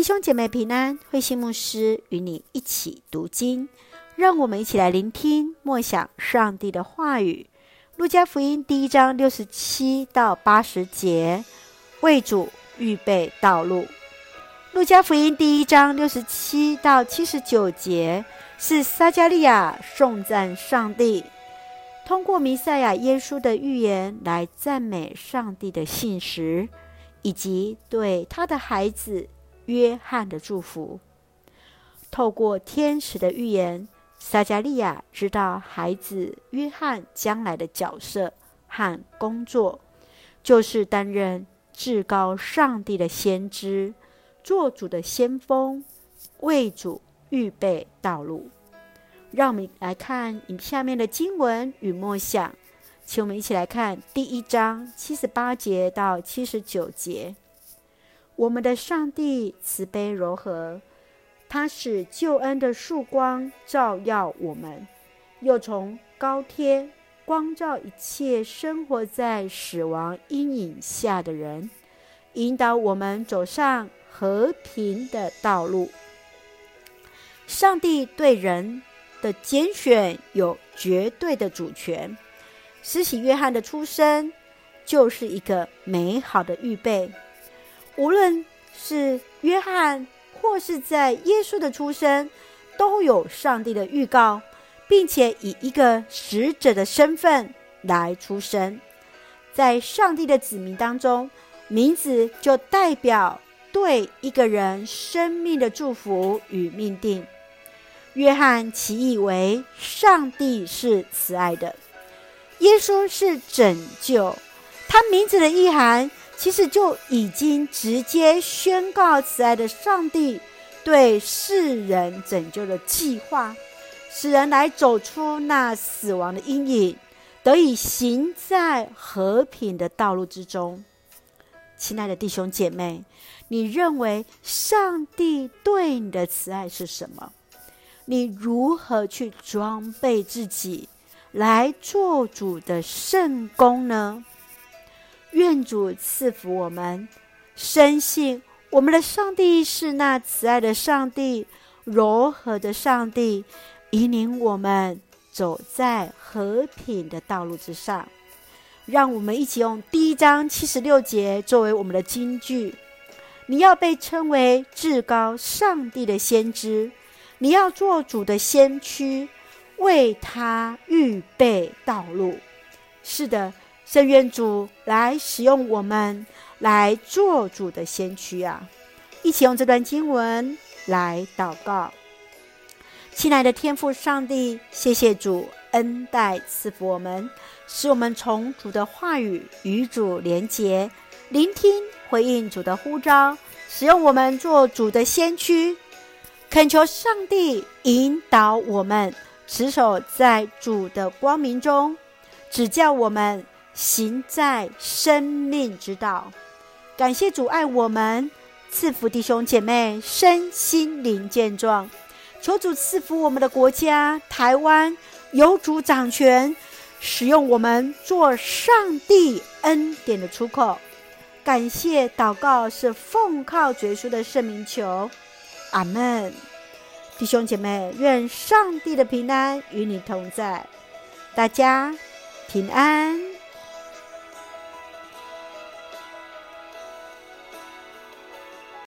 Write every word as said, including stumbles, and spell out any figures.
弟兄姐妹平安，慧馨牧师与你一起读经，让我们一起来聆听默想上帝的话语。路加福音第一章六十七到八十节，为主预备道路。路加福音第一章六十七到七十九节是撒迦利亚颂赞上帝，通过弥赛亚耶稣的预言来赞美上帝的信实，以及对他的孩子约翰的祝福。透过天使的预言，撒迦利亚知道孩子约翰将来的角色和工作，就是担任至高上帝的先知，做主的先锋，为主预备道路。让我们来看下面的经文与默想，请我们一起来看第一章七十八节到七十九节。我们的上帝慈悲柔和，他使救恩的曙光照耀我们，又从高天光照一切生活在死亡阴影下的人，引导我们走上和平的道路。上帝对人的拣选有绝对的主权，施洗约翰的出生就是一个美好的预备。无论是约翰或是在耶稣的出生，都有上帝的预告，并且以一个使者的身份来出生。在上帝的子民当中，名字就代表对一个人生命的祝福与命定。约翰其意为上帝是慈爱的，耶稣是拯救，他名字的意涵其实就已经直接宣告慈爱的上帝对世人拯救的计划，使人来走出那死亡的阴影，得以行在和平的道路之中。亲爱的弟兄姐妹，你认为上帝对你的慈爱是什么？你如何去装备自己来做主的圣工呢？愿主赐福我们，深信我们的上帝是那慈爱的上帝，柔和的上帝，引领我们走在和平的道路之上。让我们一起用第一章七十六节作为我们的金句：你要被称为至高上帝的先知，你要做主的先驱，为他预备道路。是的，圣愿主来使用我们，来做主的先驱啊！一起用这段经文来祷告。亲爱的天父上帝，谢谢主恩待赐福我们，使我们从主的话语与主连结，聆听回应主的呼召，使用我们做主的先驱。恳求上帝引导我们持守在主的光明中，指教我们行在生命之道。感谢主爱我们，赐福弟兄姐妹身心灵健壮。求主赐福我们的国家台湾，有主掌权，使用我们做上帝恩典的出口。感谢祷告是奉靠主耶稣的圣名求，阿们。弟兄姐妹，愿上帝的平安与你同在，大家平安。